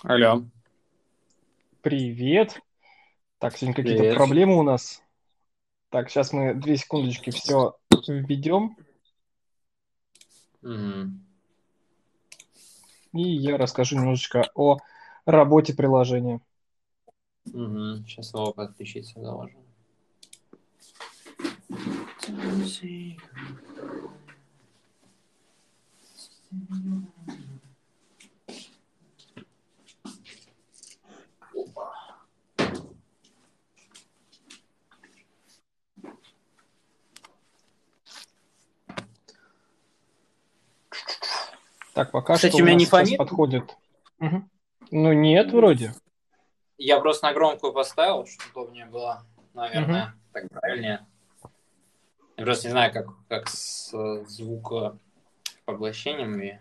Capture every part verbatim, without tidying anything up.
Алло, Привет. Так, сегодня какие-то привет. проблемы у нас. Так, сейчас мы две секундочки все введем, Мгм. и я расскажу немножечко о работе приложения. Мгм. Сейчас снова подключиться должен. Так, пока что Кстати, у у меня не нас сейчас фонит? подходит. Мгм. Ну, нет, вроде. Я просто на громкую поставил, чтобы мне было, Мгм. наверное, так правильнее. Я просто не знаю, как, как с э, звукопоглощением. и-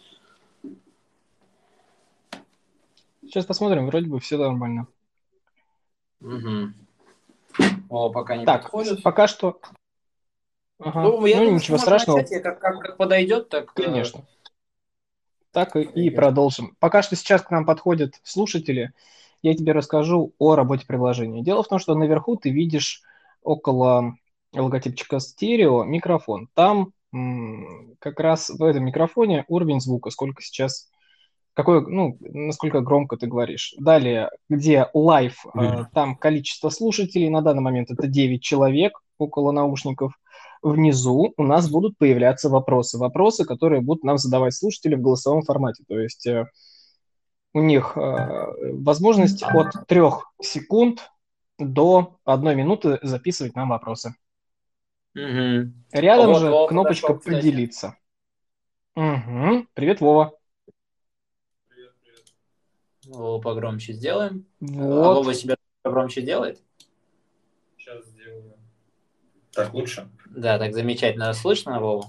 Сейчас посмотрим, вроде бы все нормально. Мгм. О, пока не Так, с- подходит. пока что... Ага. Ну, я Ну, думаю, что ничего можно страшного, начать. Я как, как, как подойдет, так э, конечно. Так и и подойдет. продолжим. Пока что сейчас к нам подходят слушатели. Я тебе расскажу о работе приложения. Дело в том, что наверху ты видишь около логотипчика стерео микрофон. Там м, как раз в этом микрофоне уровень звука, сколько сейчас, какой, ну, насколько громко ты говоришь. Далее, где live, э, Мгм. там количество слушателей, на данный момент это девять человек около наушников. Внизу у нас будут появляться вопросы. Вопросы, которые будут нам задавать слушатели в голосовом формате. То есть э, у них э, возможность от трех секунд до одной минуты записывать нам вопросы. Мгм. Рядом Вот же Вова кнопочка подошел, кстати. «Поделиться». Мгм. Привет, Вова. Вова погромче сделаем. А Вот. Вова себя погромче делает? Сейчас сделаю. Так лучше? Да, так замечательно слышно, Вову.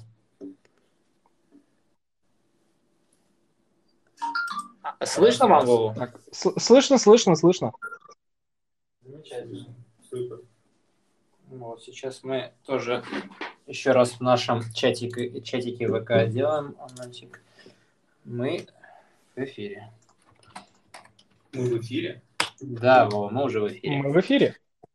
А, Раз, Слышно вам, раз. Вову? Так, с- слышно, слышно, слышно. Замечательно. Супер. Вот, сейчас мы тоже еще раз в нашем чатике, чатике ВК делаем анонсик. Мы в эфире. Мы в эфире? Да, Вова, мы уже в эфире. Мы в эфире.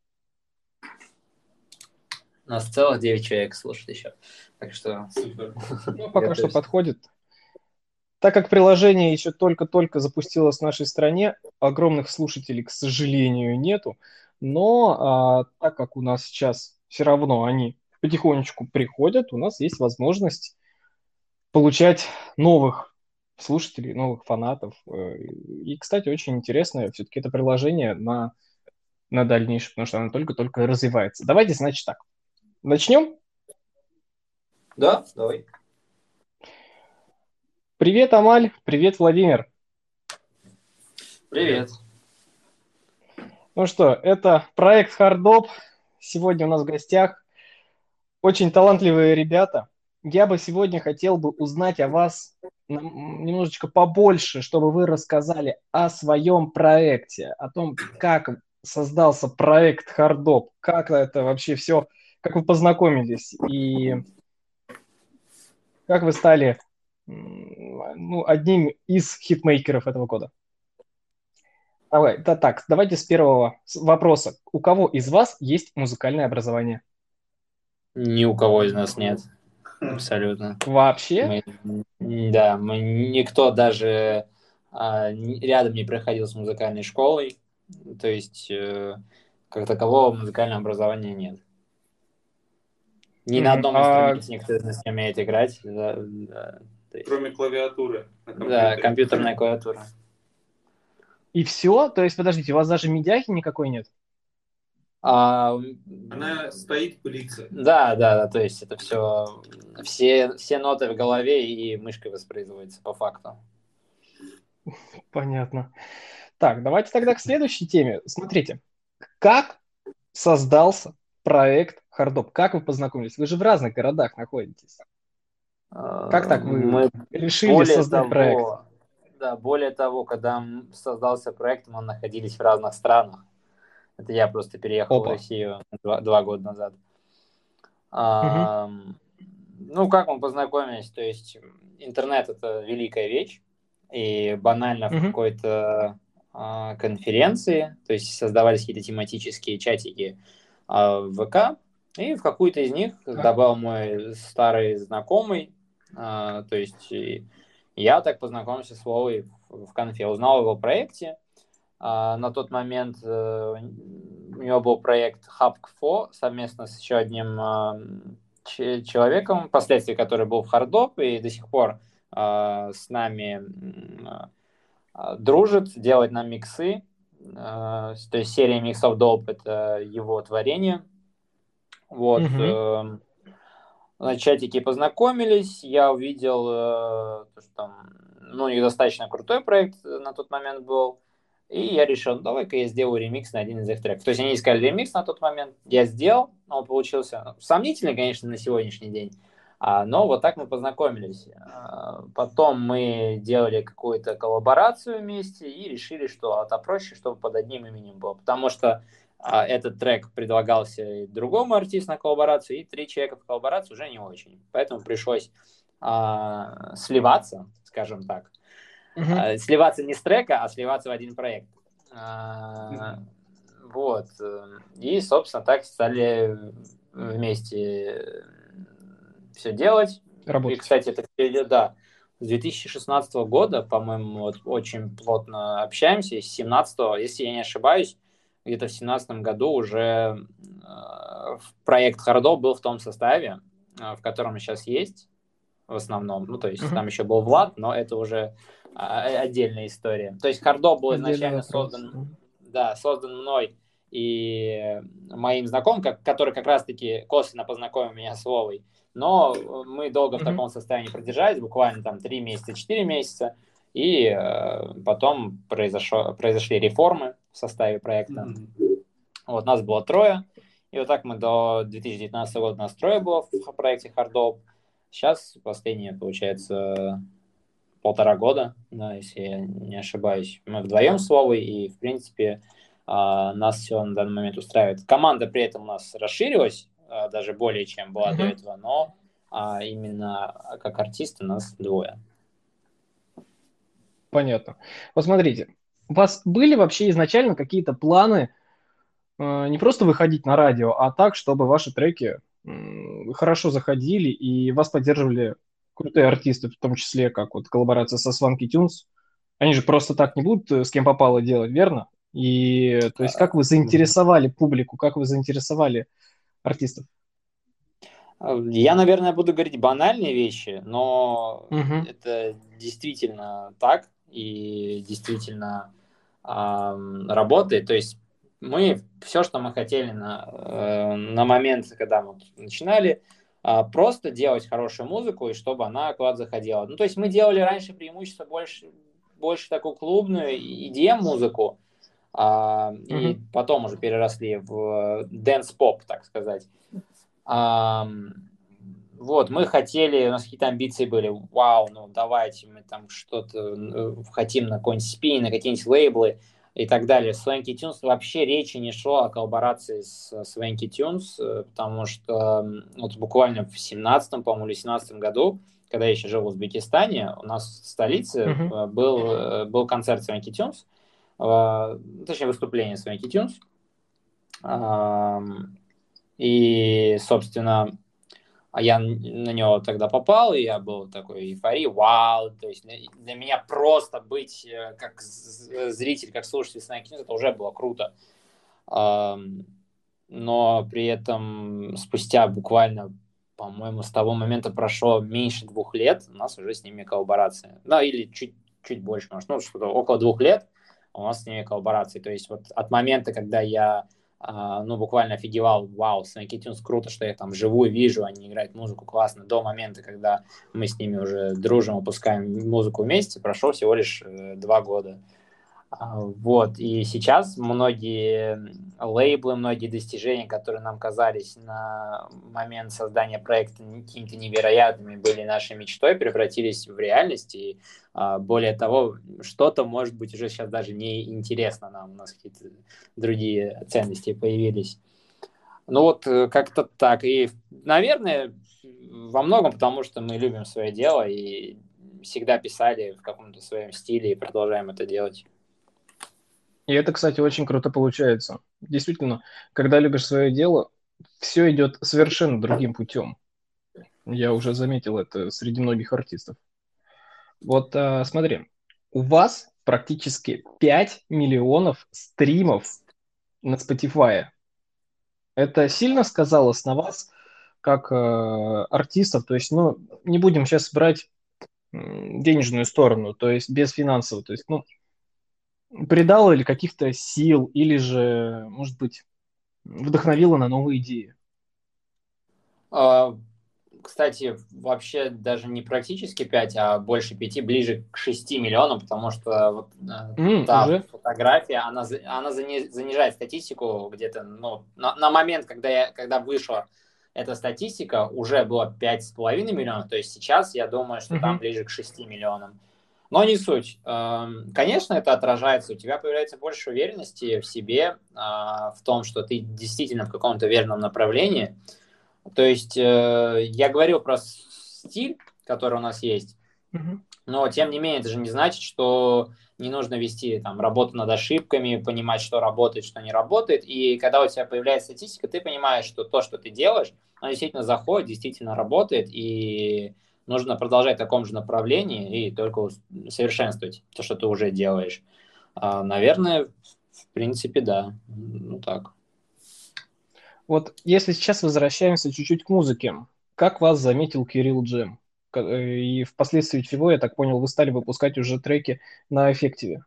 Нас целых девять человек слушает еще. Так что Супер. Ну, пока что готовься. подходит. Так как приложение еще только-только запустилось в нашей стране, огромных слушателей, к сожалению, нету. Но а, так как у нас сейчас все равно они потихонечку приходят, у нас есть возможность получать новых слушателей, новых фанатов. Э, И, кстати, очень интересное все-таки это приложение на, на дальнейшее, потому что оно только-только развивается. Давайте, значит, так. Начнем. Да, давай. Привет, Амаль. Привет, Владимир. Привет. Ну что, это проект Hardop. Сегодня у нас в гостях очень талантливые ребята. Я бы сегодня хотел бы узнать о вас нам- немножечко побольше, чтобы вы рассказали о своем проекте, о том, как создался проект Hardop, как это вообще все, как вы познакомились и как вы стали м, ну, одним из хитмейкеров этого года. Давай, да так, давайте с первого с- вопроса. У кого из вас есть музыкальное образование? Ни у кого из нас нет. Абсолютно. Вообще? Мы, да, мы никто даже а, ни- рядом не проходил с музыкальной школой. То есть, э, как такового музыкального образования нет. Ни на Мгм. одном А, инструменте никто из нас не умеет играть. Да, да. То есть, Кроме клавиатуры на да, компьютере. компьютерная клавиатура. и все? То есть, подождите, у вас даже медяхи никакой нет? А, Она стоит, пылится. да, да, да, то есть это все, все, все ноты в голове и мышкой воспроизводятся по факту. Понятно. Так, давайте тогда к следующей теме. Смотрите, как создался проект Hardop? Как вы познакомились? Вы же в разных городах находитесь. Как А, так вы Мы решили более создать проект? того, да, более того, когда м- создался проект, мы находились в разных странах. Это я просто переехал в Опа. Россию два, два года назад. Мгм. А, ну, как мы познакомились? То есть интернет – это великая вещь. и банально в Мгм. какой-то а, конференции, то есть создавались какие-то тематические чатики а, в ВК, и в какую-то из них Так. добавил мой старый знакомый, а, то есть и я так познакомился с Вовой в в конфе, узнал о его проекте. А, на тот момент э, у него был проект HubCfo совместно с еще одним а, ч- человеком, впоследствии который был в Хардоп и до сих пор а, с нами м, а, дружит, делает нам миксы. А, то есть серия миксов Dope — это его творение. Вот. Мгм. э, На чатике познакомились, я увидел, э, то, что там, ну, у них достаточно крутой проект э, на тот момент был, и я решил, ну, давай-ка я сделаю ремикс на один из их треков. То есть они искали ремикс на тот момент, я сделал, он получился сомнительный, конечно, на сегодняшний день, а, но вот так мы познакомились. А, Потом мы делали какую-то коллаборацию вместе и решили, что это проще, чтобы под одним именем было, потому что а этот трек предлагался и другому артисту на коллаборацию, и три человека в коллаборацию уже не очень. Поэтому пришлось а, сливаться, скажем так. Мгм. А, сливаться не с трека, а сливаться в один проект. А, вот. И, собственно, так стали вместе все делать. И, Работать. кстати, это все идет, да, с две тысячи шестнадцатого года, по-моему, вот очень плотно общаемся. И с семнадцатого, если я не ошибаюсь, где-то в семнадцатом году уже э, проект Хардо был в том составе, э, в котором сейчас есть в основном. Ну, то есть Мгм. там еще был Влад, но это уже а, отдельная история. То есть Хардо был Отдельный изначально вопрос. создан, Мгм. да, создан мной и моим знакомым, как- который как раз-таки косвенно познакомил меня с Вовой. Но мы долго в Мгм. таком состоянии продержались, буквально там три месяца, четыре месяца. И э, потом произошло, произошли реформы в составе проекта. Вот, нас было трое. И вот так мы до две тысячи девятнадцатого года нас трое было в проекте Hardop. Сейчас последние, получается, полтора года, да, если я не ошибаюсь. Мы вдвоем с Вовой, и, в принципе, а, нас все на данный момент устраивает. Команда при этом у нас расширилась, а, даже более чем была до Мгм. этого, но а, именно как артисты нас двое. Понятно. Вот смотрите, у вас были вообще изначально какие-то планы э, не просто выходить на радио, а так, чтобы ваши треки м, хорошо заходили и вас поддерживали крутые артисты, в том числе, как вот коллаборация со Swanky Tunes. Они же просто так не будут э, с кем попало делать, верно? И то есть как вы заинтересовали публику, как вы заинтересовали артистов? Я, наверное, буду говорить банальные вещи, но Мгм. это действительно так и действительно ам, работает. То есть мы все, что мы хотели на, э, на момент, когда мы начинали, а, просто делать хорошую музыку и чтобы она куда-то заходила. Ну, то есть мы делали раньше преимущество больше, больше такую клубную и ди эм-музыку, а, и Мгм. потом уже переросли в дэнс-поп, так сказать. Ам, вот, мы хотели, у нас какие-то амбиции были, вау, ну давайте мы там что-то э, хотим на какой-нибудь спин, на какие-нибудь лейблы и так далее. С Swanky Tunes вообще речи не шло о коллаборации с Swanky Tunes, э, потому что м, вот буквально в семнадцатом, по-моему, или семнадцатом году, когда я еще жил в Узбекистане, у нас в столице Мгм. э, был, э, был концерт Swanky Tunes, э, точнее выступление Swanky Tunes. Ам, И, собственно, а я на него тогда попал, и я был в такой эйфории, вау, то есть для меня просто быть э, как зритель, как слушатель Snake News, это уже было круто. Но при этом спустя буквально, по-моему, с того момента прошло меньше двух лет, у нас уже с ними коллаборация. Да, или чуть, чуть больше, может, ну, что-то около двух лет у нас с ними коллаборации. То есть вот от момента, когда я а, ну, буквально офигевал, вау, Snake Tunes круто, что я там вживую вижу, они играют музыку классно, до момента, когда мы с ними уже дружим, выпускаем музыку вместе, прошло всего лишь э, два года. А, Вот, и сейчас многие лейблы, многие достижения, которые нам казались на момент создания проекта какими-то невероятными, были нашей мечтой, превратились в реальность, и а, более того, что-то, может быть, уже сейчас даже не интересно нам, у нас какие-то другие ценности появились. Ну вот э, как-то так, и, наверное, во многом потому, что мы любим свое дело, и всегда писали в каком-то своем стиле и продолжаем это делать. И это, кстати, очень круто получается. Действительно, когда любишь свое дело, все идет совершенно другим путем. Я уже заметил это среди многих артистов. Вот а, смотри, у вас практически пять миллионов стримов на Spotify. Это сильно сказалось на вас, как э, артистов? То есть, ну, не будем сейчас брать м, денежную сторону, то есть без финансового. То есть, ну, придало ли каких-то сил или же, может быть, вдохновило на новые идеи? А, Кстати, вообще даже не практически пять, а больше пяти, ближе к шести миллионам, потому что вот э, М, та уже? фотография, она, за- она зани- занижает статистику где-то, ну, на, на момент, когда, я, когда вышла эта статистика, уже было пять с половиной миллионов, то есть сейчас я думаю, что там Мгм. ближе к шести миллионам. Но не суть. Эм, Конечно, это отражается, у тебя появляется больше уверенности в себе, а, в том, что ты действительно в каком-то верном направлении. То есть э, я говорил про стиль, который у нас есть, Мгм. но тем не менее это же не значит, что не нужно вести там работу над ошибками, понимать, что работает, что не работает. И когда у тебя появляется статистика, ты понимаешь, что то, что ты делаешь, оно действительно заходит, действительно работает, и нужно продолжать в таком же направлении и только ус- совершенствовать то, что ты уже делаешь. А, наверное, в принципе, да. Ну так. Вот если сейчас возвращаемся чуть-чуть к музыке, как вас заметил Кирилл Джем? Ка- э, И впоследствии чего, я так понял, вы стали выпускать уже треки на эффективе.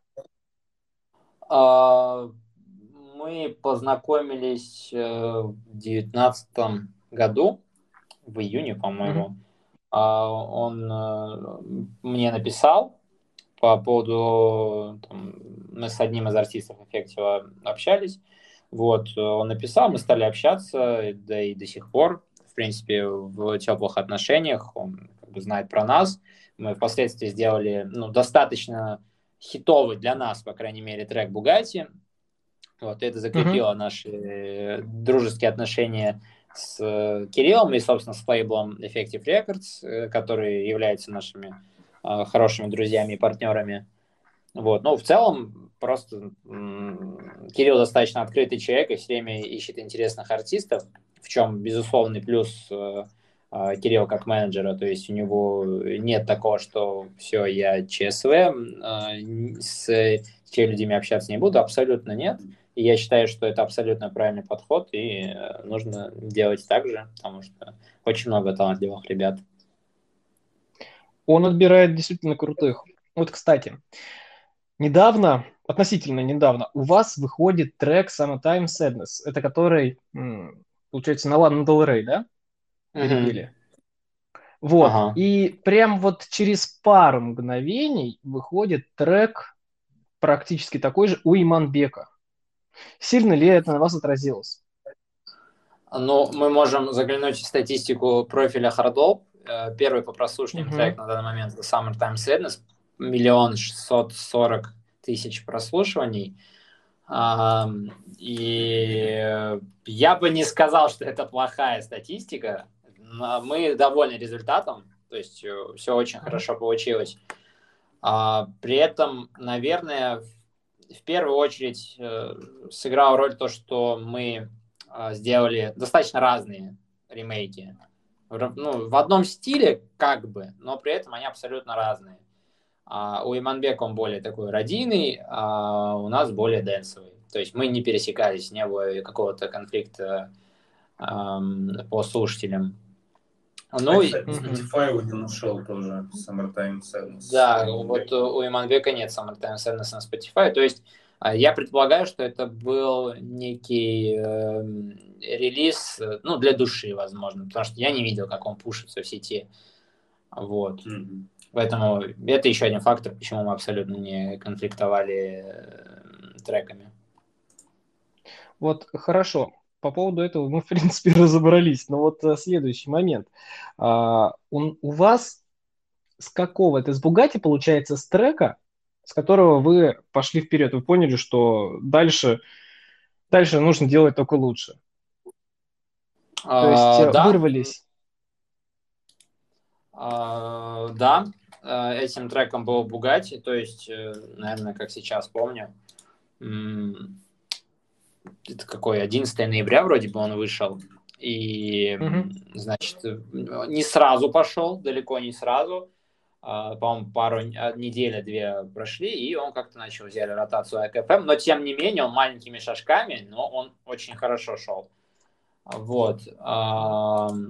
А, Мы познакомились э, в девятнадцатом году, в июне, Мгм. по-моему. А, Он э, мне написал по поводу... там, мы с одним из артистов Эффектива общались. Вот, э, он написал, мы стали общаться, да и до сих пор, в принципе, в теплых отношениях. Он как бы знает про нас. Мы впоследствии сделали, ну, достаточно хитовый для нас, по крайней мере, трек «Бугатти». Вот, это Мгм. закрепило наши э, дружеские отношения с э, Кириллом и, собственно, с лейблом Effective Records, э, которые являются нашими э, хорошими друзьями и партнерами. Вот. Ну, в целом, просто м, Кирилл достаточно открытый человек и все время ищет интересных артистов, в чем безусловный плюс э, э, Кирилла как менеджера. То есть у него нет такого, что все, я ЧСВ, э, с теми людьми общаться не буду. Абсолютно нет. И я считаю, что это абсолютно правильный подход, и э, нужно делать так же, потому что очень много талантливых ребят. Он отбирает действительно крутых. Вот, кстати, недавно, относительно недавно, у вас выходит трек Summertime Sadness. Это который, м, получается, на Лана Del Рей, да? Мгм. Перепели. Вот. Ага. И прям вот через пару мгновений выходит трек практически такой же у Иманбека. Сильно ли это на вас отразилось? Ну, мы можем заглянуть в статистику профиля Hardop. Э, Первый по прослушиваниям трек Мгм. на данный момент это Summertime Sadness. Миллион шестьсот сорок тысяч прослушиваний. Ам, И я бы не сказал, что это плохая статистика. Но мы довольны результатом. То есть все очень Мгм. хорошо получилось. А, При этом, наверное, в в первую очередь э, сыграла роль то, что мы а, сделали достаточно разные ремейки. В ра- Ну, в одном стиле, как бы, но при этом они абсолютно разные. А у Иманбека он более такой радийный, а у нас более дэнсовый. То есть мы не пересекались, не было какого-то конфликта ам, по слушателям. А, Ну, и- кстати, на Мгм. Spotify его не нашел тоже. Summertime Sadness. Да, вот у у Иманбека нет Summertime Sadness на Spotify. То есть а, я предполагаю, что это был некий эм, релиз, э, ну, для души, возможно, потому что я не видел, как он пушится в сети. Вот. Мгм. Поэтому это еще один фактор, почему мы абсолютно не конфликтовали э, треками. Вот хорошо. По поводу этого мы, в принципе, разобрались. Но вот э, следующий момент. А, он, у вас с какого? Это с Бугати, получается, с трека, с которого вы пошли вперед. Вы поняли, что дальше, дальше нужно делать только лучше. То есть А, э, да, вырвались. А, да, а, этим треком был Бугатти, то есть, наверное, как сейчас помню, м, это какой, одиннадцатого ноября вроде бы он вышел, и, Мгм. значит, не сразу пошел, далеко не сразу, а, по-моему, пару а, недель, две прошли, и он как-то начал взяли ротацию эй ка эф эм, но тем не менее он маленькими шажками, но он очень хорошо шел. Вот. ам,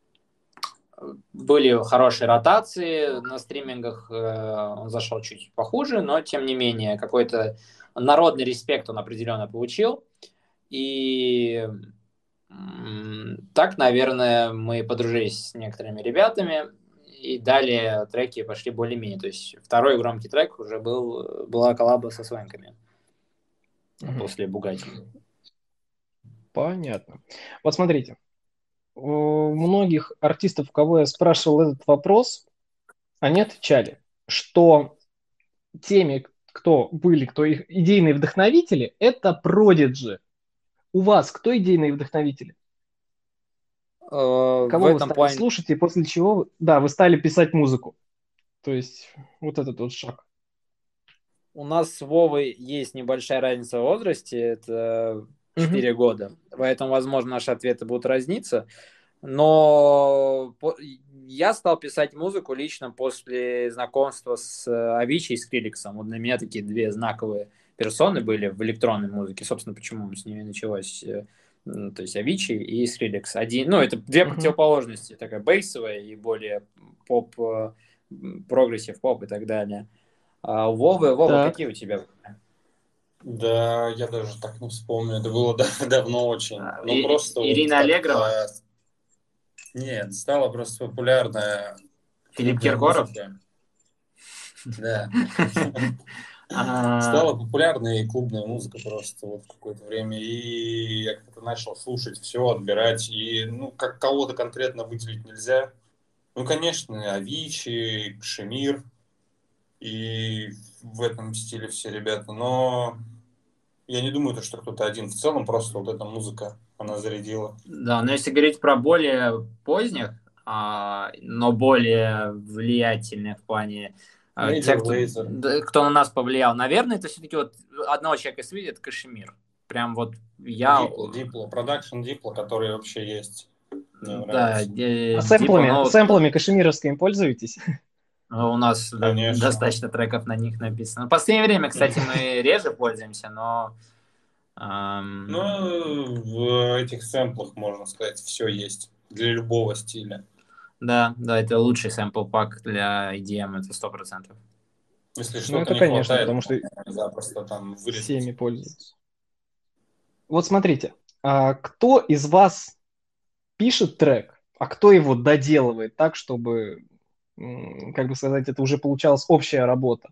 Были хорошие ротации, на стримингах э, он зашел чуть похуже, но тем не менее какой-то народный респект он определенно получил. И м, так, наверное, мы подружились с некоторыми ребятами, и далее треки пошли более-менее. То есть второй громкий трек уже был, была коллаба со Свенками Мгм. после Бугатти. Понятно. Вот смотрите, у многих артистов, у кого я спрашивал этот вопрос, они отвечали, что теми, кто были, кто их идейные вдохновители, это Prodigy. У вас кто идейные вдохновители? Э, В Кого вы этом стали плане слушать и после чего, да, вы стали писать музыку? То есть вот этот вот шаг. у нас с Вовой есть небольшая разница в возрасте, это Мгм. четыре года, поэтому, возможно, наши ответы будут разниться. Но по- я стал писать музыку лично после знакомства с Avicii и Скрилексом. Вот для меня такие две знаковые персоны были в электронной музыке. Собственно, почему с ними началось. э, м, То есть Avicii и Skrillex. Один, ну, это две Мгм. противоположности, такая бейсовая и более поп, э, м, прогрессив поп и так далее. А у Вовы, Вова, Так. какие у тебя? Да, я даже так не вспомню. Это было да- давно очень. А, Ну, И- просто вот Ирина Аллегрова, как-то... Нет, стала просто популярная Филипп клубная Киркоров? музыка. Да. А, Стала популярной клубная музыка просто вот в какое-то время. И я как-то начал слушать все, отбирать. И, ну, как кого-то конкретно выделить нельзя. Ну, конечно, Авичи, Кшемир и в этом стиле все ребята. Но я не думаю, то, что кто-то один. В целом просто вот эта музыка, она зарядила. Да, но если говорить про более поздних, а, но более влиятельных в плане а, Major тех, кто, Lazer. да, кто на нас повлиял, наверное, это все-таки вот одного человека если видит, Кашемир. Прям вот я, Дипло, Дипло, продакшн Дипло, который вообще есть. Мне да, нравится. А э, Дипло, сэмплами, но вот сэмплами кашемировскими пользуетесь? у нас да, Конечно. достаточно треков на них написано. В последнее время, кстати, мы реже пользуемся, но ам, Ну, в этих сэмплах, можно сказать, все есть. Для любого стиля. да, да, это лучший сэмпл-пак для и ди эм, это сто процентов. Если Ну, что-то это не конечно, хватает, потому что можно запросто там всеми вырезать. пользуются. Вот смотрите, а кто из вас пишет трек, а кто его доделывает так, чтобы, м, как бы сказать, это уже получалась общая работа?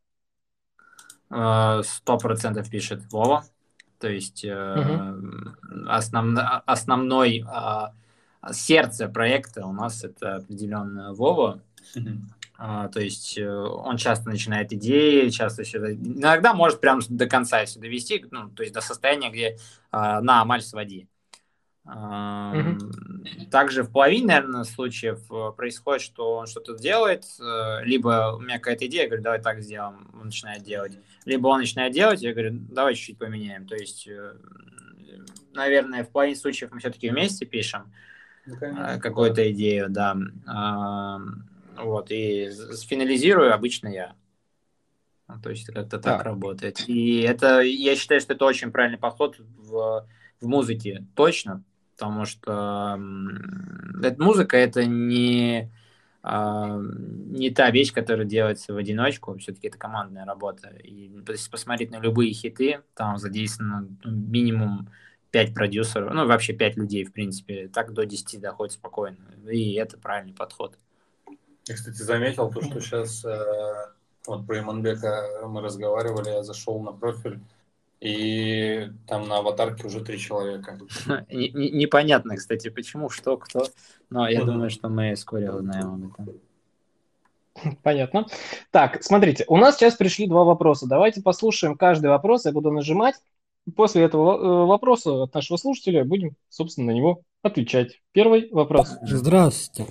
Сто процентов пишет Вова. То есть Мгм. э, основно, основной а, сердце проекта у нас это определенно Вова. А, то есть э, он часто начинает идеи, часто все это- иногда может прям до конца все довести, ну, то есть до состояния, где а, на амаль своди. Мгм. Ам, Также в половине, наверное, случаев э, происходит, что он что-то делает, э, либо у меня какая-то идея, я говорю, давай так сделаем, он начинает делать, либо он начинает делать, я говорю, давай чуть-чуть поменяем. То есть, э, наверное, в половине случаев мы все-таки вместе пишем Ну, э, конечно, какую-то да. идею, да. Ам, Вот, и с- финализирую обычно я. Ну, то есть это как-то так Так, работает. И это, я считаю, что это очень правильный подход в, в музыке, точно, потому что м, эта музыка это не, а, не та вещь, которая делается в одиночку, все-таки это командная работа. И если посмотреть на любые хиты, там задействовано ну, минимум пять продюсеров, ну вообще пять людей, в принципе, так до десяти доходит спокойно. И это правильный подход. Я, кстати, заметил то, что сейчас э, вот про Иманбека мы разговаривали, я зашел на профиль, и там на аватарке уже три человека. Не- не- Непонятно, кстати, почему, что, кто, но я думаю, что мы вскоре узнаем об этом. понятно. Так, смотрите, у нас сейчас пришли два вопроса. Давайте послушаем каждый вопрос, я буду нажимать. После этого э, вопроса от нашего слушателя будем, собственно, на него отвечать. Первый вопрос. Здравствуйте.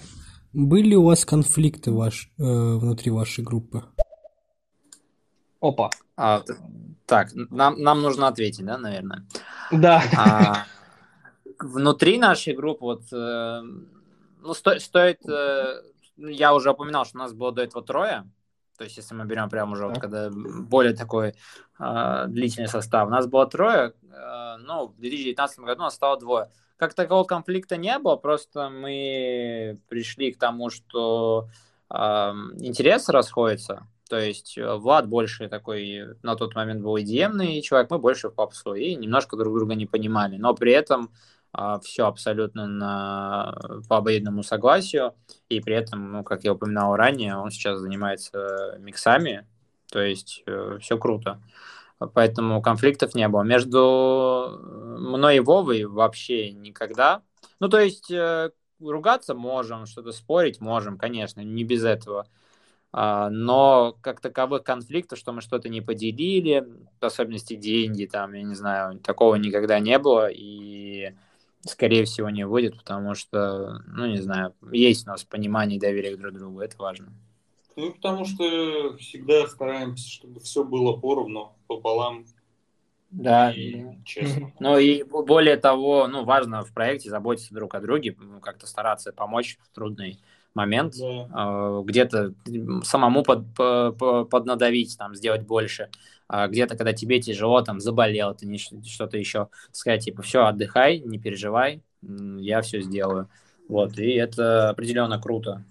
Были у вас конфликты ваш, э, внутри вашей группы? Опа. А, т- так, нам, нам нужно ответить, да, наверное? Да. А, внутри нашей группы, вот, э, ну, сто- стоит, э, ну, я уже упоминал, что у нас было до этого трое, то есть если мы берем прям уже вот Так. когда более такой э, длительный состав, у нас было трое, э, ну, в две тысячи девятнадцатом году у нас стало двое. Как такового конфликта не было, просто мы пришли к тому, что э, интересы расходятся. То есть э, Влад больше такой на тот момент был и ди эм-ный человек, мы больше в попсу, и немножко друг друга не понимали. Но при этом э, все абсолютно на, по обоюдному согласию, и при этом, ну, как я упоминал ранее, он сейчас занимается миксами, то есть э, все круто. Поэтому конфликтов не было. Между мной и Вовой вообще никогда. Ну, то есть э, ругаться можем, что-то спорить можем, конечно, не без этого. А, но как таковых конфликтов, что мы что-то не поделили, в особенности деньги, там, я не знаю, такого никогда не было, и скорее всего не будет, потому что, ну, не знаю, есть у нас понимание и доверие друг к другу, это важно. Ну, потому что всегда стараемся, чтобы все было поровну, пополам Да, и да. честно. Ну и более того, ну, важно в проекте заботиться друг о друге, ну, как-то стараться помочь в трудный момент, Да. э, где-то самому под, по- по- поднадавить, там, сделать больше, а где-то, когда тебе тяжело, там, заболел, ты не, что-то еще, сказать, типа, все, отдыхай, не переживай, м, я все сделаю. Вот, и это определенно круто.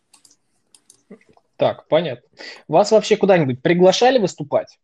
Так, понятно. Вас вообще куда-нибудь приглашали выступать?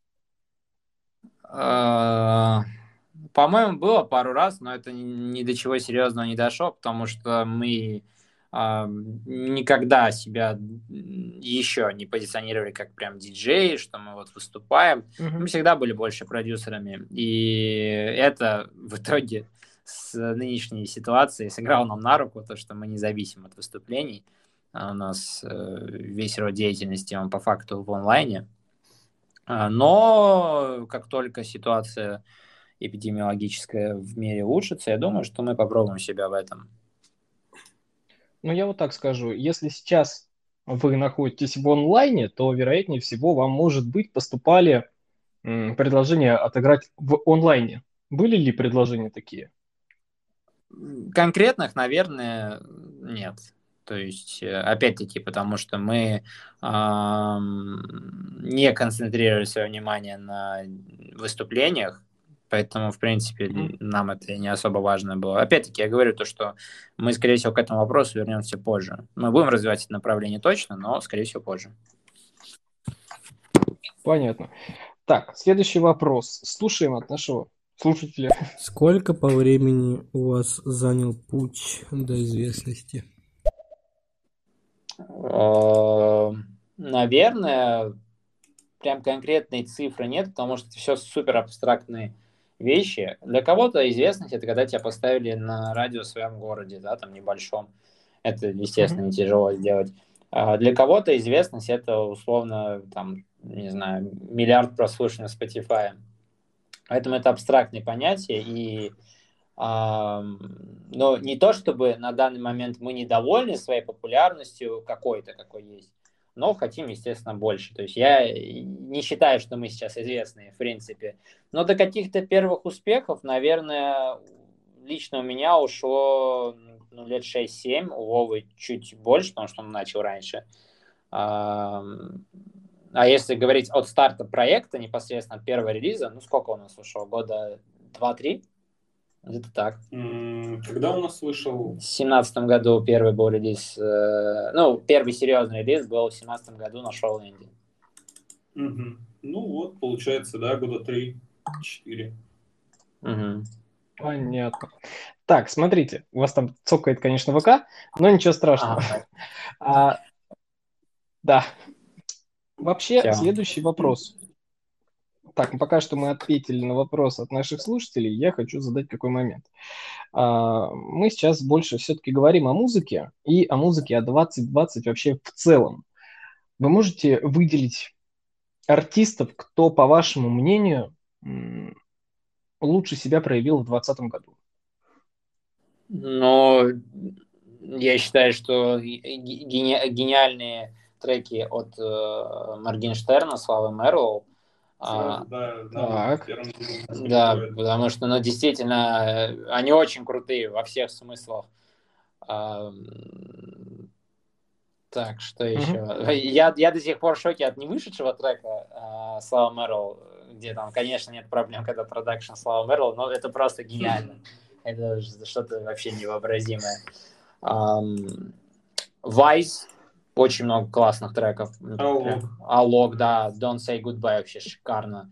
Э, По-моему, было пару раз, но это ни ни до чего серьезного не дошло, потому что мы а, никогда себя еще не позиционировали как прям диджеи, что мы вот выступаем. Мы Мгм. всегда были больше продюсерами. И это в итоге с нынешней ситуацией сыграло нам на руку, то, что мы не зависим от выступлений. А У нас э, весь род деятельности, он по факту в онлайне. А, Но как только ситуация эпидемиологическая в мире улучшится, я думаю, что мы попробуем себя в этом. Ну, я вот так скажу. Если сейчас вы находитесь в онлайне, то, вероятнее всего, вам, может быть, поступали м, предложения отыграть в онлайне. Были ли предложения такие? Конкретных, наверное, нет. То есть, э, опять-таки, потому что мы ам, не концентрировали свое внимание на выступлениях, поэтому, в принципе, Мгм. нам это не особо важно было. Опять-таки, я говорю то, что мы, скорее всего, к этому вопросу вернемся позже. Мы будем развивать это направление точно, но, скорее всего, позже. Понятно. Так, следующий вопрос. Слушаем от нашего слушателя. Сколько по времени у вас занял путь до известности? Э, Наверное, прям конкретной цифры нет, потому что это все супер абстрактные вещи. Для кого-то известность это когда тебя поставили на радио в своем городе, да, там небольшом. Это, естественно, Мгм. не тяжело сделать. А для кого-то известность это условно, там, не знаю, миллиард прослушиваний в Spotify. Поэтому это абстрактные понятия, и ам, но не то, чтобы на данный момент мы недовольны своей популярностью какой-то, какой есть, но хотим, естественно, больше. То есть я не считаю, что мы сейчас известные, в принципе. Но до каких-то первых успехов, наверное, лично у меня ушло ну, лет шесть-семь, у Вовы чуть больше, потому что он начал раньше. Ам, А если говорить от старта проекта, непосредственно от первого релиза, ну сколько у нас ушло? Года два-три? Где-то так. М, Когда у нас вышел? В семнадцатом году первый был релиз, э, ну, первый серьезный релиз был в семнадцатом году на Шоуленде. Мгм. Ну вот, получается, да, года три-четыре. Угу. Понятно. Так, смотрите, у вас там цокает, конечно, ВК, но ничего страшного. Ага, А, да, вообще, все. следующий вопрос. Так, ну пока что мы ответили на вопрос от наших слушателей, я хочу задать какой момент. А, мы сейчас больше все-таки говорим о музыке и о музыке о двадцать двадцать вообще в целом. Вы можете выделить артистов, кто, по вашему мнению, м, лучше себя проявил в двадцатом году? Но Я считаю, что гени- гениальные треки от э, Моргенштерна, Славы Мэрлоу. Сразу, да, на Так. первом деле Да, приходит. потому что, ну, действительно, э, они очень крутые во всех смыслах. А, м, Так, что еще? Мгм. Я, я до сих пор в шоке от невышедшего трека а, Слава Мэрл, где там, конечно, нет проблем, когда продакшн Слава Мэрл, но это просто гениально. Это ж- что-то вообще невообразимое. Ам, Vice, очень много классных треков. Ну, Алло. прям, Алок, да, Don't Say Goodbye вообще шикарно.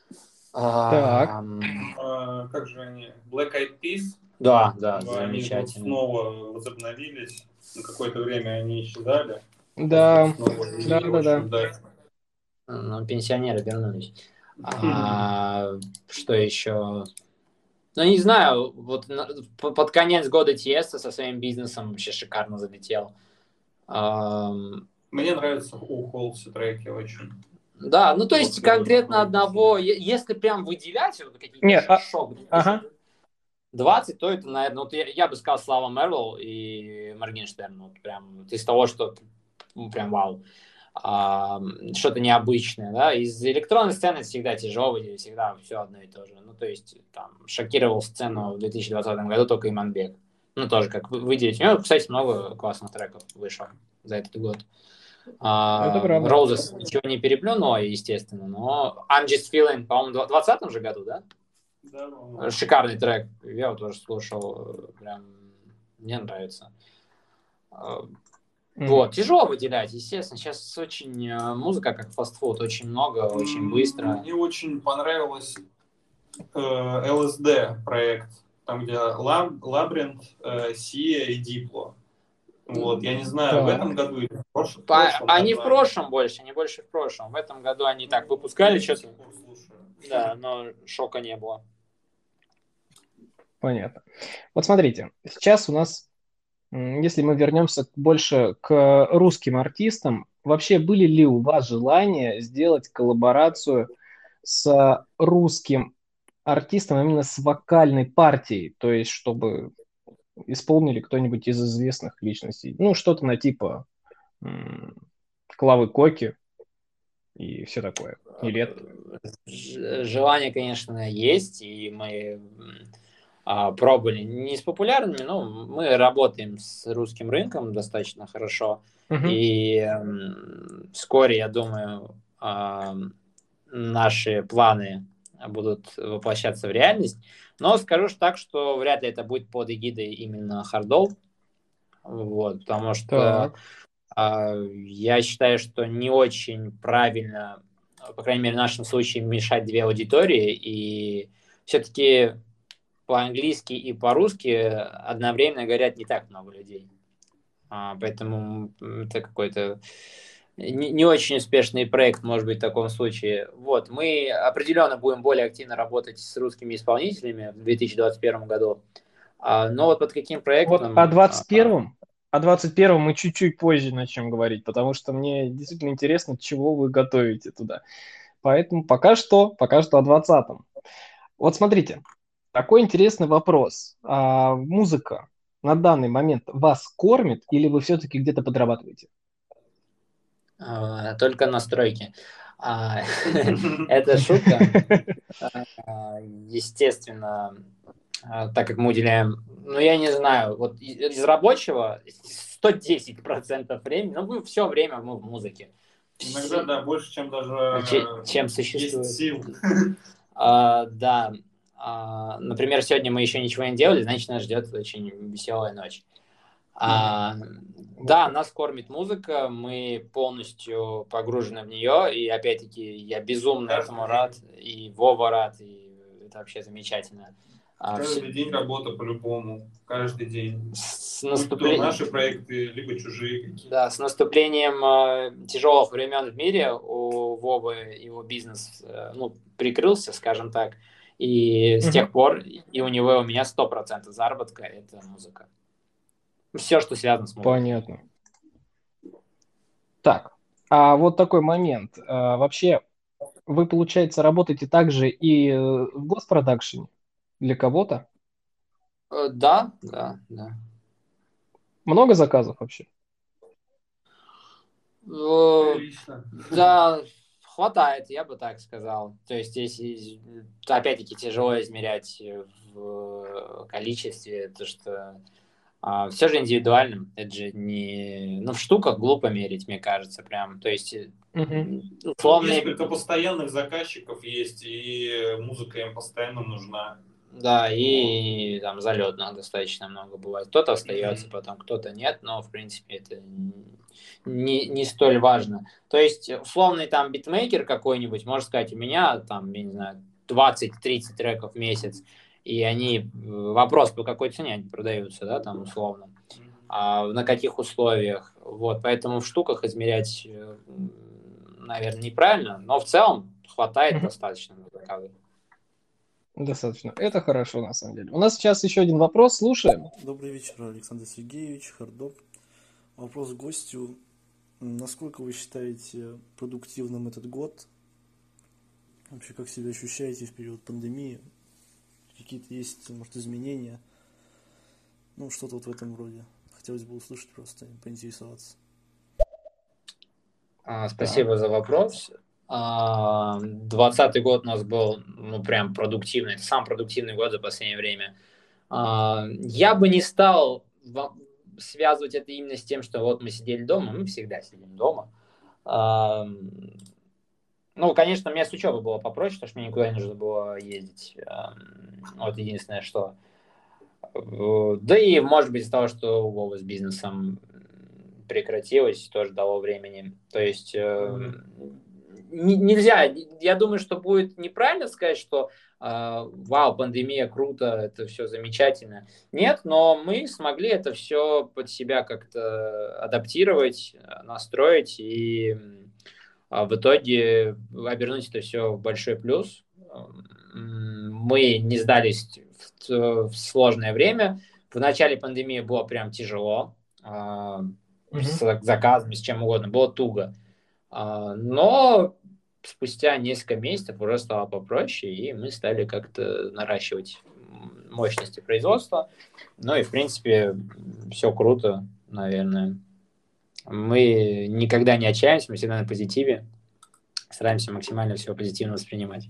Так. Ам, А, как же они? Black Eyed Peas. Да, да, Они вот замечательно. снова возобновились. На какое-то время они исчезали. Да, Снова, и да, да, очень да. удачно. Ну, пенсионеры вернулись. А, что еще? Ну, не знаю, вот на- п- под конец года Тиеста со своим бизнесом вообще шикарно залетел. Ам, Мне нравятся у Холси треки очень. да, ну то Вот есть первый конкретно такой одного, последний. е- если прям выделять вот какие-то Не, ш- а- шок ага. двадцать, то это, наверное, вот я, я бы сказал Слава Мэрлоу и Моргенштерн. Вот прям вот из того, что ну, прям вау. А, что-то необычное, да, из электронной сцены всегда тяжело, всегда все одно и то же. Ну, то есть, там, шокировал сцену в две тысячи двадцатом году только Иманбек. Ну, тоже как вы- выделить. У него, кстати, много классных треков вышло за этот год. Это А, правда. Роузес ничего не переплюнула, естественно, но I'm Just Feeling, по-моему, в двадцатом же году, да? Да, ну, Шикарный трек. Я его тоже слушал. Прям мне нравится. А, Мгм. Вот, тяжело выделять, естественно. Сейчас очень э, музыка как фастфуд, очень много, очень м, быстро. Мне очень понравилось э, эл эс ди проект, там где Лаб- Лабринт, э, Сия и Дипло. Вот, я не знаю, в Так. этом году или в прош- в По- прошлом. Они в одна. прошлом больше, они больше в прошлом. В этом году они так выпускали Я до что-то. сих пор слушаю. Да, но шока не было. Понятно. Вот смотрите, сейчас у нас, м, если мы вернемся к- больше к русским артистам, вообще были ли у вас желания сделать коллаборацию с русским артистом, именно с вокальной партией, то есть чтобы исполнили кто-нибудь из известных личностей, ну что-то на типа м, Клавы Коки и все такое, или это? Ж- Желание, конечно, есть, и мы м, а, пробовали не с популярными, но мы работаем с русским рынком достаточно хорошо. Мгм. И м, вскоре, я думаю, а, наши планы будут воплощаться в реальность. Но скажу ж так, что вряд ли это будет под эгидой именно Хардол. Вот, потому что Так. а, я считаю, что не очень правильно, по крайней мере, в нашем случае, мешать две аудитории. И все-таки по-английски и по-русски одновременно говорят не так много людей. А, поэтому это какой-то не, не очень успешный проект, может быть, в таком случае. Вот, мы определенно будем более активно работать с русскими исполнителями в две тысячи двадцать первом году. А, но вот под каким Вот проектом... о а, двадцать первом, о двадцать первом мы чуть-чуть позже начнем говорить, потому что мне действительно интересно, чего вы готовите туда. Поэтому пока что, пока что о двадцатом. Вот смотрите, такой интересный вопрос. А музыка на данный момент вас кормит или вы все-таки где-то подрабатываете? а, только настройки. А, это шутка. А, естественно, а, так как мы уделяем, ну, я не знаю, вот из, из рабочего сто десять процентов времени, ну, мы все время мы в музыке. Иногда, да, больше, чем даже Че- чем есть существует. сил. А, да. А, например, сегодня мы еще ничего не делали, значит, нас ждет очень веселая ночь. А, да, нас кормит музыка, мы полностью погружены в нее, и опять-таки я безумно Каждый этому день. рад, и Вова рад, и это вообще замечательно. А, Каждый вс- день работа по-любому. Каждый день. с, Будь то наступле- наши проекты, либо чужие какие-то. да, с наступлением э, тяжелых времен в мире у Вовы его бизнес э, ну, прикрылся, скажем так, и с Мгм. тех пор и у него, и у меня сто процентов заработка – это музыка. Все, что связано с музыкой. Понятно. Так, а вот такой момент. А, вообще, вы, получается, работаете также и э, в госпродакшене для кого-то? Э, Да, да, да. Много заказов вообще? Э, Прилично. Да, хватает, я бы так сказал. То есть, если, опять-таки, тяжело измерять в количестве, то что а, все же индивидуально. Это же не... Ну, в штуках глупо мерить, мне кажется, прям. То есть, Мгм. условные... Несколько постоянных заказчиков есть, и музыка им постоянно нужна. Да, и там залетных достаточно много бывает. Кто-то остается Мгм. потом, кто-то нет, но, в принципе, это не, не столь важно. То есть, условный там битмейкер какой-нибудь, может сказать, у меня там, я не знаю, двадцать-тридцать треков в месяц, и они, вопрос, по какой цене они продаются, да, там, условно, а на каких условиях, вот, поэтому в штуках измерять, наверное, неправильно, но в целом хватает Мгм. достаточно на заказы. Достаточно. Это хорошо, на самом деле. У нас сейчас еще один вопрос. Слушаем. Добрый вечер, Александр Сергеевич, Хардоп. Вопрос к гостю. Насколько вы считаете продуктивным этот год? Вообще, как себя ощущаете в период пандемии? Какие-то есть, может, изменения? Ну, что-то вот в этом роде. Хотелось бы услышать просто, поинтересоваться. А, Спасибо за вопрос. А, Двадцатый год у нас был, ну, прям продуктивный. Это самый продуктивный год за последнее время. А, Я бы не стал во- связывать это именно с тем, что вот мы сидели дома. Мы всегда сидим дома. А, Ну, конечно, у меня с учебой было попроще, потому что мне никуда не нужно было ездить. А, Вот единственное, что... Э, Да и, может быть, из-за того, что у Вовы с бизнесом прекратилось, тоже дало времени. То есть э, Мгм. не- нельзя, я думаю, что будет неправильно сказать, что э, вау, пандемия, круто, это все замечательно. Нет, но мы смогли это все под себя как-то адаптировать, э, настроить и м, а в итоге обернуть это все в большой плюс. М, Мы не сдались в, в сложное время. В начале пандемии было прям тяжело. а, Мгм. С заказами, с чем угодно. Было туго. А, Но спустя несколько месяцев уже стало попроще, и мы стали как-то наращивать м, мощности производства. Ну и, в принципе, все круто, наверное. Мы никогда не отчаиваемся, мы всегда на позитиве. Стараемся максимально все позитивно воспринимать.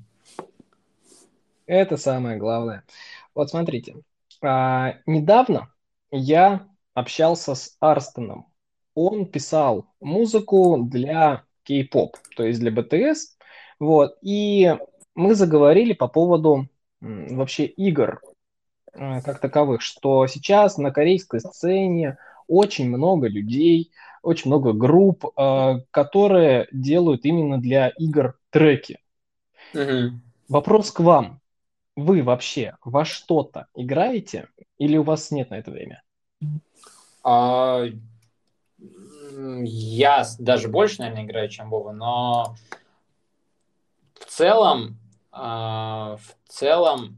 Это самое главное. Вот смотрите. а, недавно я общался с Арстоном. Он писал музыку для кей-поп, то есть для би ти эс. Вот. И мы заговорили по поводу м, вообще игр э, как таковых, что сейчас на корейской сцене очень много людей, очень много групп, э, которые делают именно для игр треки. Мгм. Вопрос к вам. Вы вообще во что-то играете или у вас нет на это время? А, м, Я с- даже больше, наверное, играю, чем Вова, но в целом, а, в целом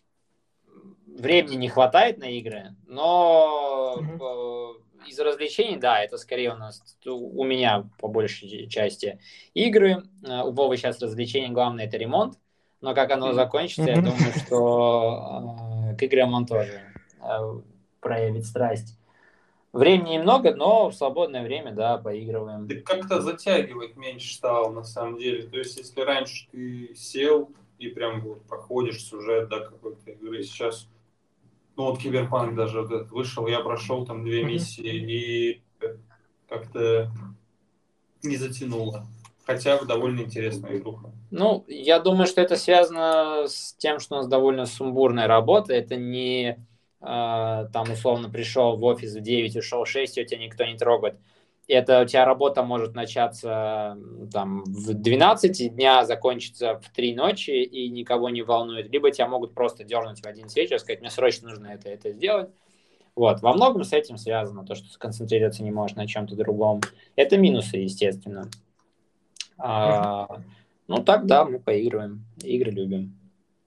времени не хватает на игры, но Мгм. э, из развлечений, да, это скорее у нас, у меня по большей части игры. Э, У Вовы сейчас развлечение главное это ремонт, но как оно закончится, я Мгм. думаю, что э, к играм он тоже э, проявит страсть. Времени немного, но в свободное время, да, поигрываем. Да как-то затягивать меньше стало, на самом деле. То есть, если раньше ты сел и прям вот проходишь сюжет, да, какой-то игры, сейчас, ну вот Киберпанк даже вот этот вышел, я прошел там две Мгм. миссии и как-то не затянуло. Хотя довольно интересная игруха. Ну, я думаю, что это связано с тем, что у нас довольно сумбурная работа. Это не э, там условно пришел в офис в девять, ушел в шесть, и тебя никто не трогает. Это у тебя работа может начаться м, там в двенадцать дня, закончиться в три ночи и никого не волнует. Либо тебя могут просто дернуть в одиннадцать вечера, сказать, мне срочно нужно это, это сделать. Вот. Во многом с этим связано, то, что сконцентрироваться не можешь на чем-то другом. Это минусы, естественно. Мгм. А, ну, так, да, мы поигрываем. Игры любим.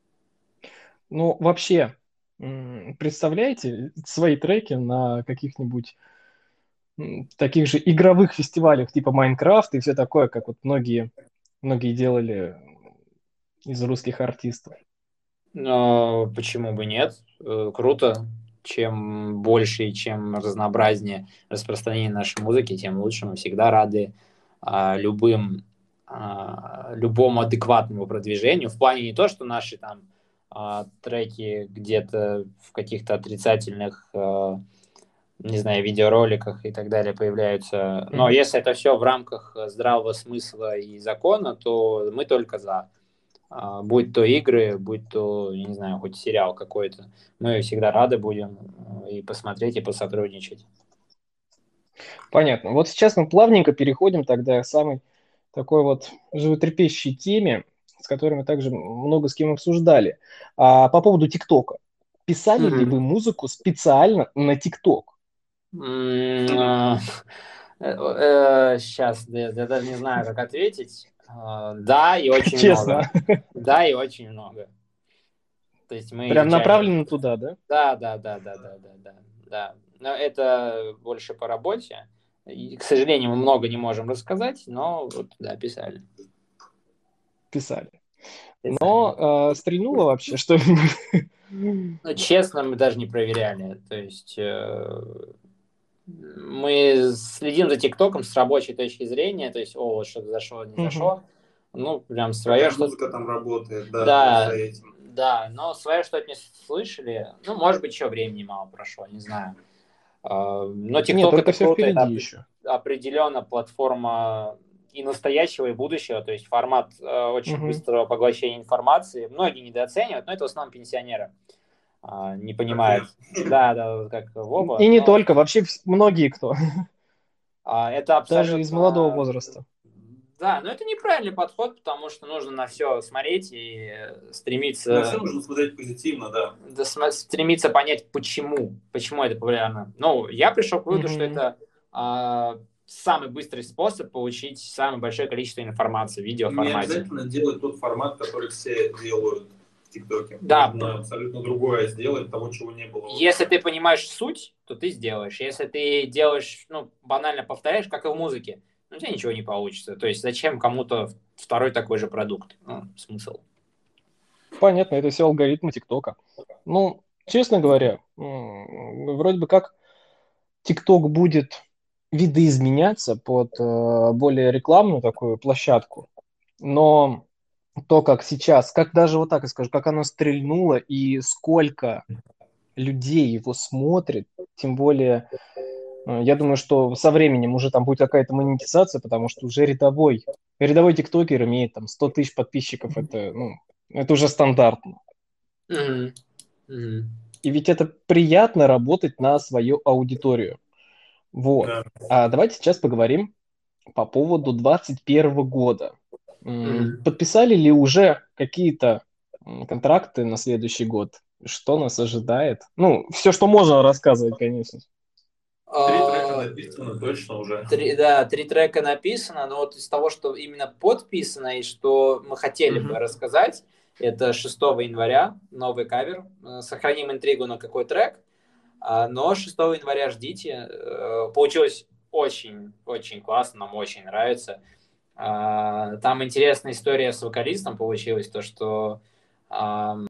Ну, вообще, м, представляете свои треки на каких-нибудь м, таких же игровых фестивалях типа Майнкрафт и все такое, как вот многие, многие делали из русских артистов? Но почему бы нет? Э, Круто. чем больше и чем разнообразнее распространение нашей музыки, тем лучше. Мы всегда рады а, любым, а, любому адекватному продвижению. В плане не то, что наши там а, треки где-то в каких-то отрицательных, а, не знаю, видеороликах и так далее появляются. Но Мгм. если это все в рамках здравого смысла и закона, то мы только за. А, будь то игры, будь то, я не знаю, хоть сериал какой-то. Мы всегда рады будем э, и посмотреть, и посотрудничать. Понятно. Вот сейчас мы плавненько переходим тогда к самой такой вот животрепещущей теме, с которой мы также много с кем обсуждали. А, по поводу ТикТока. Писали ли Мгм. вы музыку специально на ТикТок? Сейчас, я я даже не знаю, как ответить. А, Да, и очень много. Честно. Да, и очень много. То есть мы Прям изучали... направлено туда, да? Да, да, да, да, да, да, да, да. Но это больше по работе. И, к сожалению, мы много не можем рассказать, но вот, да, писали. Писали. Писали. Но э, стрельнуло вообще что-нибудь? Ну, честно, мы даже не проверяли. То есть э, мы следим за ТикТоком с рабочей точки зрения. То есть, о, вот что-то зашло, не Мгм. зашло. Ну, прям свое Какая что-то. музыка там работает, да, Да, за этим. да, но свое что-то не слышали. Ну, может быть, еще времени мало прошло, не знаю. А, Но Нет, ТикТок только это все круто, это впереди опре- еще. определенно платформа и настоящего, и будущего. То есть формат э, очень Мгм. быстрого поглощения информации. Многие недооценивают, но это в основном пенсионеры. а, Не понимают. Да, да, вот как Вова. И не Но только, вообще вс- многие кто, а, это даже из молодого абсолютно... возраста. Да, но это неправильный подход, потому что нужно на все смотреть и э, На все стремиться, нужно смотреть позитивно, да. да, см- стремиться понять, почему, почему это популярно. Ну, я пришел к выводу, что Мгм. это а, самый быстрый способ получить самое большое количество информации в Не видеоформате. обязательно делать тот формат, который все делают в ТикТоке. Да. Можно абсолютно другое сделать, того, чего не было. Если ты понимаешь суть, то ты сделаешь. Если ты делаешь, ну, банально повторяешь, как и в музыке, ну, у тебя ничего не получится. То есть зачем кому-то второй такой же продукт? Ну, смысл. Понятно, это все алгоритмы ТикТока. Ну, честно говоря, м, вроде бы как ТикТок будет видоизменяться под э, более рекламную такую площадку, но то, как сейчас, как даже вот так и скажу, как оно стрельнуло и сколько людей его смотрит, тем более, э, я думаю, что со временем уже там будет какая-то монетизация, потому что уже рядовой, рядовой тиктокер имеет там сто тысяч подписчиков, это, ну, это уже стандартно. Мгм. Мгм. И ведь это приятно работать на свою аудиторию. Вот. Да. А давайте сейчас поговорим по поводу двадцать первого года. М, Мгм. Подписали ли уже какие-то м, контракты на следующий год? Что нас ожидает? Ну, все, что можно рассказывать, конечно. Три трека А, написано точно уже. Три, да, три трека написано, но вот из того, что именно подписано и что мы хотели бы Мгм. рассказать, это шестого января новый кавер. Э, Сохраним интригу на какой трек, а, но шестого января ждите. Э, Получилось очень-очень классно, нам очень нравится. А, Там интересная история с вокалистом получилась, то, что ам,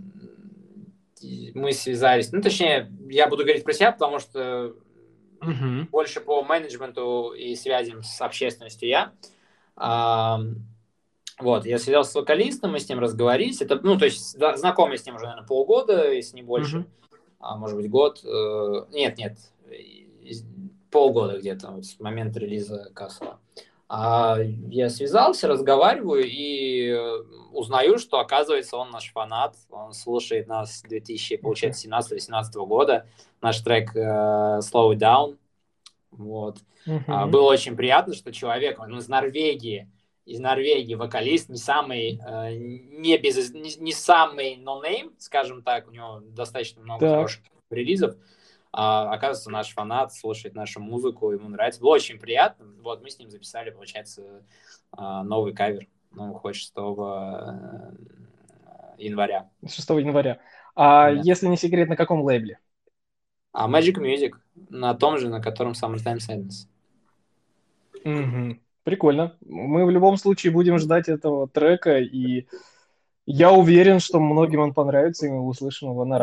и мы связались, ну, точнее, я буду говорить про себя, потому что Мгм. больше по менеджменту и связям с общественностью я. А, вот, я связался с вокалистом, мы с ним разговорились. Это, ну, то есть, да, знакомы с ним уже, наверное, полгода, если не больше. Мгм. А может быть, год. Э, Нет, нет, из- полгода где-то, вот, с момента релиза Касла. А я связался, разговариваю и э, узнаю, что, оказывается, он наш фанат. Он слушает нас с две тысячи, получается, семнадцатого-восемнадцатого года. Наш трек э, Slow It Down. Вот. А, Мгм. Было очень приятно, что человек, он из Норвегии, из Норвегии вокалист, не самый, э, не, без, не, не самый no-name, скажем так, у него достаточно много Так. хороших релизов. А, оказывается, наш фанат слушает нашу музыку, ему нравится. Было очень приятно. Вот, мы с ним записали, получается, а, новый кавер. Ну, выходит шестого января. шестого января. А Да. если не секрет, на каком лейбле? А Magic Music, на том же, на котором Summertime Sadness. Мгм. Прикольно. Мы в любом случае будем ждать этого трека, и я уверен, что многим он понравится, и мы услышим его на радио.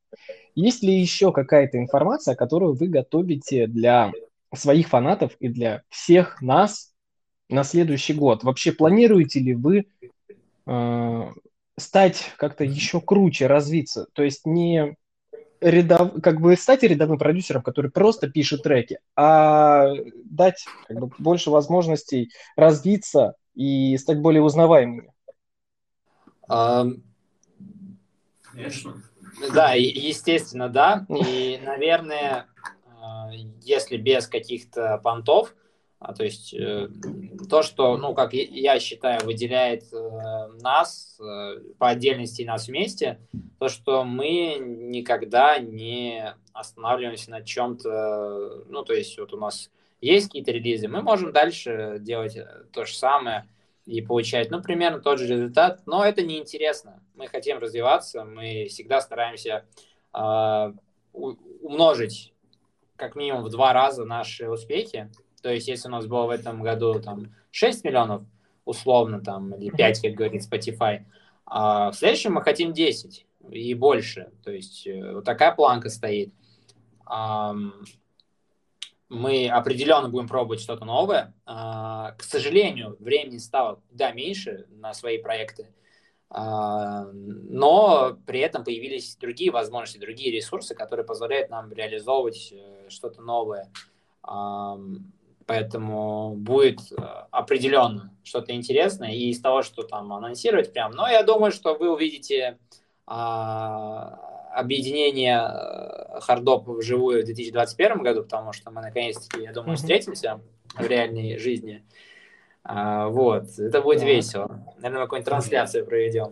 Есть ли еще какая-то информация, которую вы готовите для своих фанатов и для всех нас на следующий год? Вообще планируете ли вы э, стать как-то еще круче, развиться? То есть не рядов, как бы стать рядовым продюсером, который просто пишет треки, а дать как бы больше возможностей развиться и стать более узнаваемыми? Ам, Конечно. Да, и- естественно, да. И, наверное, а, если без каких-то понтов, а, то есть э, то, что, ну, как я- я считаю, выделяет э, нас э, по отдельности и нас вместе, то, что мы никогда не останавливаемся на чем-то, ну, то есть вот у нас есть какие-то релизы, мы можем дальше делать э, то же самое и получать, ну, примерно тот же результат, но это неинтересно. Мы хотим развиваться, мы всегда стараемся э, у- умножить как минимум в два раза наши успехи. То есть, если у нас было в этом году там шесть миллионов, условно, там, или пять, как говорит Spotify, а в следующем мы хотим десять и больше. То есть, э, вот такая планка стоит. Ам, Мы определенно будем пробовать что-то новое. А, К сожалению, времени стало куда меньше на свои проекты. А, Но при этом появились другие возможности, другие ресурсы, которые позволяют нам реализовывать э, что-то новое. А, Поэтому будет э, определенно что-то интересное. И из того, что там анонсировать прям. Но я думаю, что вы увидите а, объединение э, хардоп вживую в две тысячи двадцать первом году, потому что мы наконец-таки, я думаю, Мгм. встретимся в реальной жизни. А, Вот, это будет Так. весело. Наверное, мы какую-нибудь трансляцию проведем.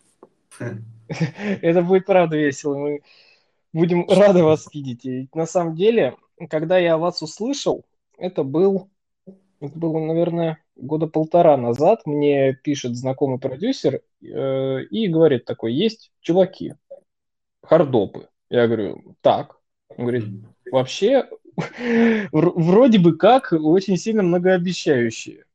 Это будет правда весело. Мы будем рады вас видеть. И на самом деле, когда я вас услышал, это был, это было, наверное, года полтора назад. Мне пишет знакомый продюсер э, и говорит такой, есть чуваки, хардопы. Я говорю, так. Он говорит, вообще, вр- вроде бы как очень сильно многообещающие.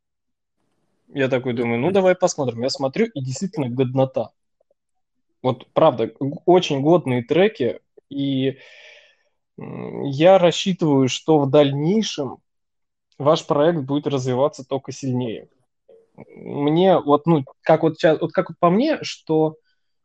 Я такой думаю, ну давай посмотрим. Я смотрю, и действительно годнота. Вот правда, г- очень годные треки, и м, я рассчитываю, что в дальнейшем ваш проект будет развиваться только сильнее. Мне вот, ну, как вот сейчас, вот как вот по мне, что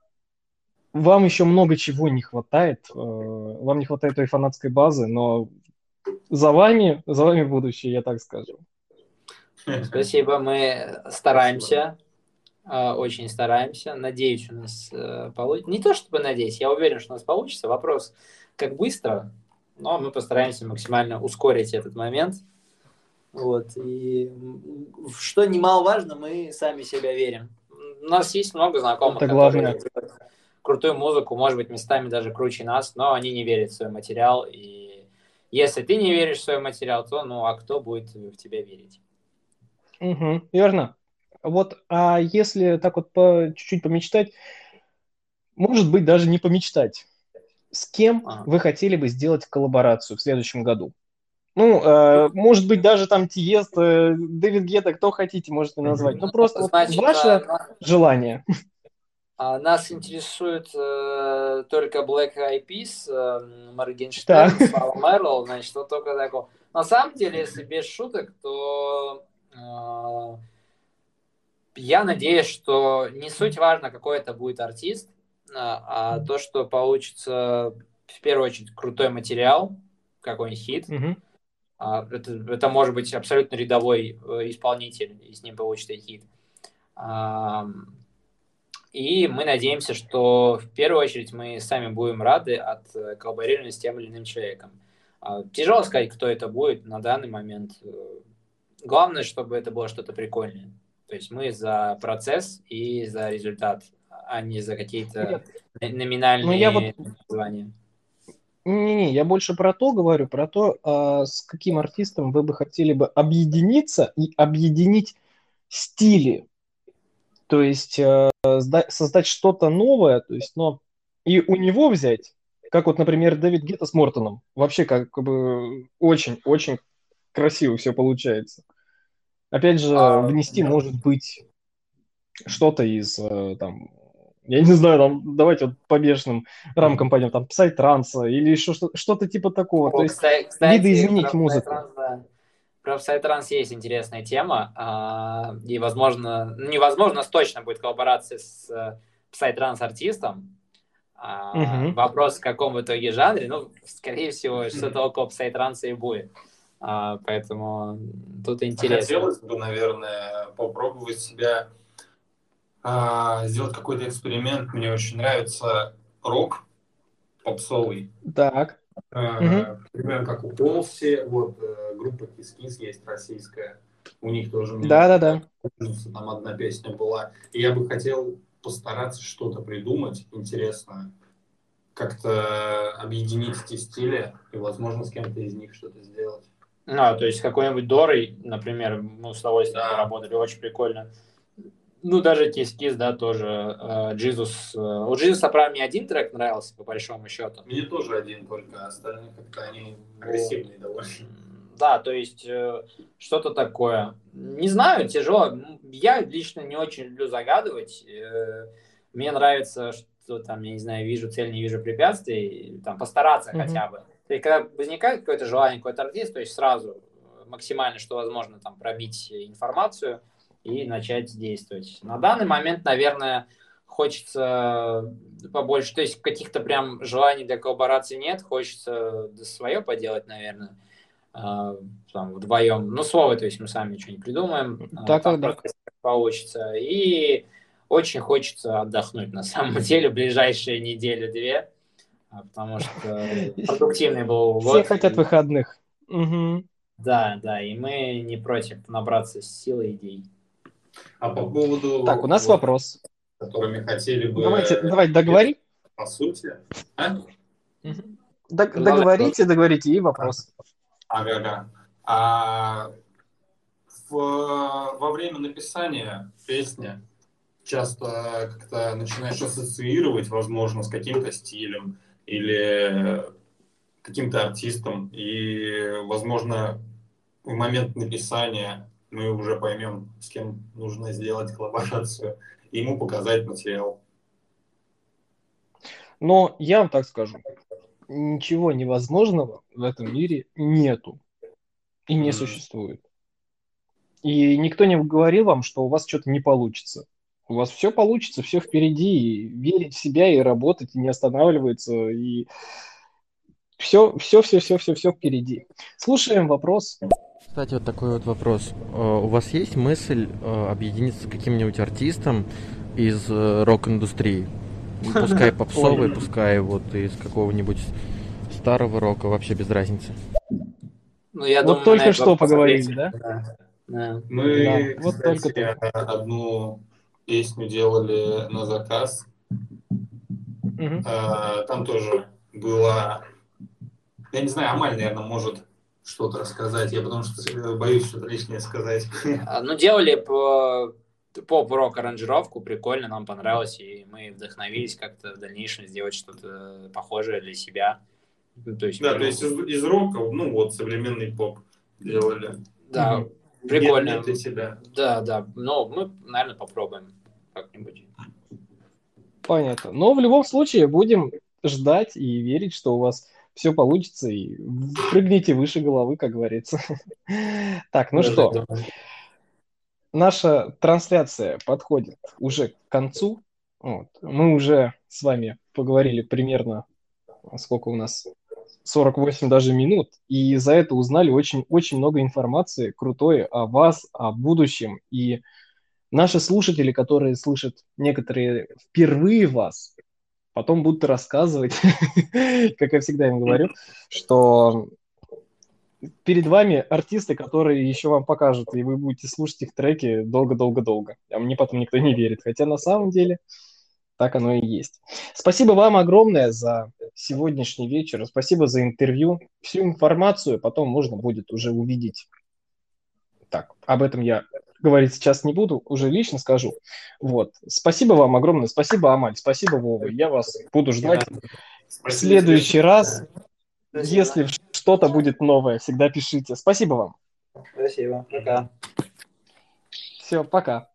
вам еще много чего не хватает, э, вам не хватает той фанатской базы, но за вами, за вами будущее, я так скажу. Спасибо, мы стараемся, э, очень стараемся. Надеюсь, у нас получится. Не то чтобы надеюсь, я уверен, что у нас получится. Вопрос, как быстро, но мы постараемся максимально ускорить этот момент. Вот. И м, что немаловажно, мы сами в себя верим. У нас есть много знакомых, Это которые главное. делают крутую музыку, может быть, местами даже круче нас, но они не верят в свой материал. И если ты не веришь в свой материал, то ну а кто будет в тебя верить? Угу, верно. Вот, а если так вот по, чуть-чуть помечтать, может быть, даже не помечтать, с кем А. вы хотели бы сделать коллаборацию в следующем году? Ну, э, может быть, даже там Тиест, Дэвид Гетта, кто хотите, можете назвать. Ну, просто вот Значит, ваше а, желание. а, нас интересует э, только Black Eyed Peas, э, Так. Моргенштерн, Слава Мэрлоу, значит, вот только такое. На самом деле, если без шуток, то э, я надеюсь, что не суть важно, какой это будет артист, а, а то, что получится в первую очередь крутой материал, какой-нибудь хит. Мгм. А, Это, это может быть абсолютно рядовой э, исполнитель, и с ним получится хит. А, И мы надеемся, что в первую очередь мы сами будем рады от э, коллаборирования с тем или иным человеком. А, Тяжело сказать, кто это будет на данный момент. Э, Главное, чтобы это было что-то прикольное. То есть мы за процесс и за результат, а не за какие-то Нет, н- но я номинальные вот названия. не-не, я больше про то говорю, про то, а, с каким артистом вы бы хотели бы объединиться и объединить стили, то есть э, сда- создать что-то новое, то есть, но и у него взять, как вот, например, Дэвид Гетта с Мортоном, вообще как бы очень-очень красиво все получается. Опять же, А, внести, может быть, что-то из э, там Я не знаю, там, давайте вот по бешеным рамкам пойдем, там, псай-транса или еще что- что-то типа такого. То О, есть кстати, кстати, видоизменить про музыку. Psytrance, да. Про Psytrance есть интересная тема, а, и, возможно, ну, невозможно, точно будет коллаборация с э, Psytrance артистом. А, Мгм. вопрос, в каком в итоге жанре, ну, скорее всего, что-то около Psytrance и будет. А, поэтому тут интересно. Хотелось бы, наверное, попробовать себя, а, сделать какой-то эксперимент. Мне очень нравится рок попсовый. Так. Мгм. А, примерно как у Полси, вот э, группа Кис-Кис есть российская. У них тоже мне очень Да-да-да. нравится, там одна песня была. И я бы хотел постараться что-то придумать интересное, как-то объединить эти стили и, возможно, с кем-то из них что-то сделать. Ну, то есть какой-нибудь Дорой, например, мы с удовольствием Да. поработали, очень прикольно. Ну, даже Кис-Кис, да, тоже. э, Джизус. э, У Джизуса, правда, мне один трек нравился, по большому счету. Мне тоже один только, остальные как-то они агрессивные довольно. Да, то есть э, что-то такое. Не знаю, тяжело. Ну, Я лично не очень люблю загадывать. Э, Мне нравится, что там, я не знаю, вижу цель, не вижу препятствий. Там постараться Мгм. хотя бы. То есть, когда возникает какое-то желание, какой-то артист, то есть сразу э, максимально, что возможно, там пробить информацию и начать действовать. На данный момент, наверное, хочется побольше. То есть каких-то прям желаний для коллаборации нет. Хочется свое поделать, наверное. А, там, вдвоем. Ну, слово, то есть мы сами ничего не придумаем. А, Так, Там так, да. просто получится. И очень хочется отдохнуть, на самом деле, ближайшие недели-две. а, Потому что продуктивный был Все год. хотят и- выходных. Мгм. Да, да, и мы не против набраться силы идей. А по поводу, Так, у нас вот, вопрос. которыми хотели бы, Давайте, давайте договори. по сути, а? Мгм. Дог- Продолжай. Договорите, договорите, и вопрос. Ага, ага. А в- во время написания песни часто как-то начинаешь ассоциировать, возможно, с каким-то стилем или каким-то артистом, и, возможно, в момент написания мы уже поймем, с кем нужно сделать коллаборацию, и ему показать материал. Но я вам так скажу. Ничего невозможного в этом мире нету и не М. существует. И никто не говорил вам, что у вас что-то не получится. У вас все получится, все впереди. И верить в себя и работать, и не останавливаться. И все, все, все, все, все, все впереди. Слушаем вопрос. Кстати, вот такой вот вопрос. Э, У вас есть мысль э, объединиться с каким-нибудь артистом из э, рок-индустрии? Ну, Пускай попсовый, пускай вот из какого-нибудь старого рока, вообще без разницы. Ну, я Вот думаю, только на этот что вопрос поговорили, ответим. да? Да. Да. Мы, Да, вот кстати, только одну песню делали на заказ. Мгм. А, Там тоже было... Я не знаю, Амаль, наверное, может что-то рассказать. Я потому что боюсь что-то лишнее сказать. А, Ну, делали по поп-рок аранжировку, прикольно, нам понравилось, и мы вдохновились как-то в дальнейшем сделать что-то похожее для себя. Ну, то есть, Да, прям- то есть из, из рока, ну вот, современный поп делали. да, Мгм. прикольно. Нет, нет для себя. Да, да, ну, мы, наверное, попробуем как-нибудь. Понятно. Но в любом случае будем ждать и верить, что у вас все получится, и прыгните выше головы, как говорится. Так, ну Тоже что, думаю. наша трансляция подходит уже к концу. Вот. Мы уже с вами поговорили примерно, сколько у нас, сорок восемь даже минут, и за это узнали очень-очень много информации крутой о вас, о будущем. И наши слушатели, которые слышат некоторые впервые вас, потом будут рассказывать, как я всегда им говорю, что перед вами артисты, которые еще вам покажут, и вы будете слушать их треки долго-долго-долго. А мне потом никто не верит. Хотя на самом деле так оно и есть. Спасибо вам огромное за сегодняшний вечер. Спасибо за интервью. Всю информацию потом можно будет уже увидеть. Так, об этом я говорить сейчас не буду, уже лично скажу. Вот. Спасибо вам огромное. Спасибо, Амаль. Спасибо, Вова. Я вас буду ждать в Спасибо следующий тебе. раз. Спасибо. Если что-то будет новое, всегда пишите. Спасибо вам. Спасибо. Пока. Все, пока.